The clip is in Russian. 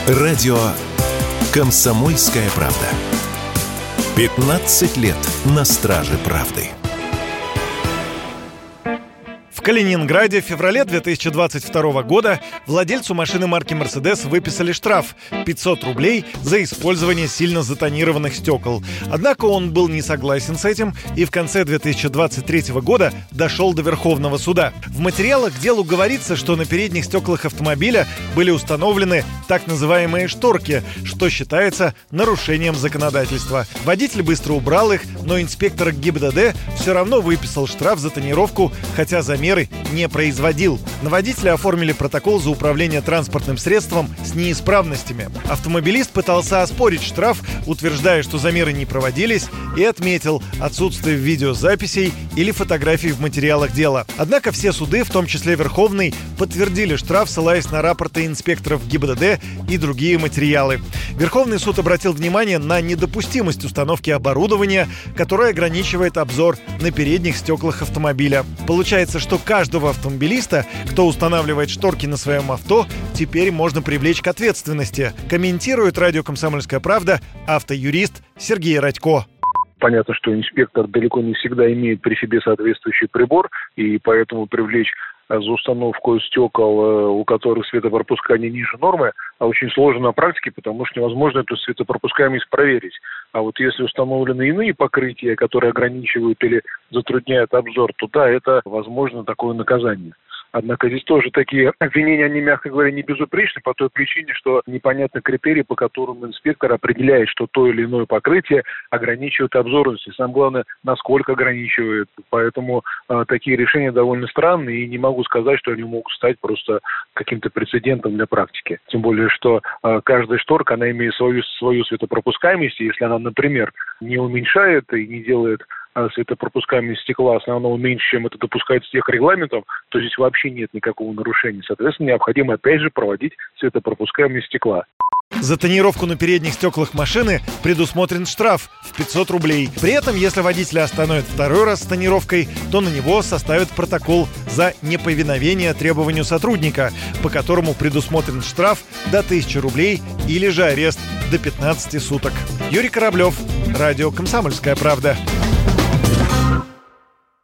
Радио «Комсомольская правда». 15 лет на страже правды. В Калининграде в феврале 2022 года владельцу машины марки «Мерседес» выписали штраф – 500 рублей за использование сильно затонированных стекол. Однако он был не согласен с этим и в конце 2023 года дошел до Верховного суда. В материалах к делу говорится, что на передних стеклах автомобиля были установлены так называемые шторки, что считается нарушением законодательства. Водитель быстро убрал их, но инспектор ГИБДД все равно выписал штраф за тонировку, хотя замеры не производил. На водителя оформили протокол за управление транспортным средством с неисправностями. Автомобилист пытался оспорить штраф, утверждая, что замеры не проводились, и отметил отсутствие видеозаписей или фотографий в материалах дела. Однако все суды, в том числе Верховный, подтвердили штраф, ссылаясь на рапорты инспекторов ГИБДД и другие материалы. Верховный суд обратил внимание на недопустимость установки оборудования, которое ограничивает обзор на передних стеклах автомобиля. Получается, что каждого автомобилиста, кто устанавливает шторки на своем авто, теперь можно привлечь к ответственности. Комментирует радио «Комсомольская правда» автоюрист Сергей Радько. Понятно, что инспектор далеко не всегда имеет при себе соответствующий прибор, и поэтому привлечь за установку стекол, у которых светопропускание ниже нормы, очень сложно на практике, потому что невозможно эту светопропускаемость проверить. А вот если установлены иные покрытия, которые ограничивают или затрудняют обзор, то да, это возможно такое наказание. Однако здесь тоже такие обвинения, они, мягко говоря, не безупречны по той причине, что непонятны критерии, по которым инспектор определяет, что то или иное покрытие ограничивает обзорность. И самое главное, насколько ограничивает. Поэтому такие решения довольно странные, и не могу сказать, что они могут стать просто каким-то прецедентом для практики. Тем более, что каждая шторка, она имеет свою светопропускаемость, и если она, например, не уменьшает и не делает светопропускаемость стекла основного меньше, чем это допускается с тех регламентов, то здесь вообще нет никакого нарушения. Соответственно, необходимо опять же проводить светопропускаемость стекла. За тонировку на передних стеклах машины предусмотрен штраф в 500 рублей. При этом, если водителя остановят второй раз с тонировкой, то на него составят протокол за неповиновение требованию сотрудника, по которому предусмотрен штраф до 1000 рублей или же арест до 15 суток. Юрий Кораблев, радио «Комсомольская правда».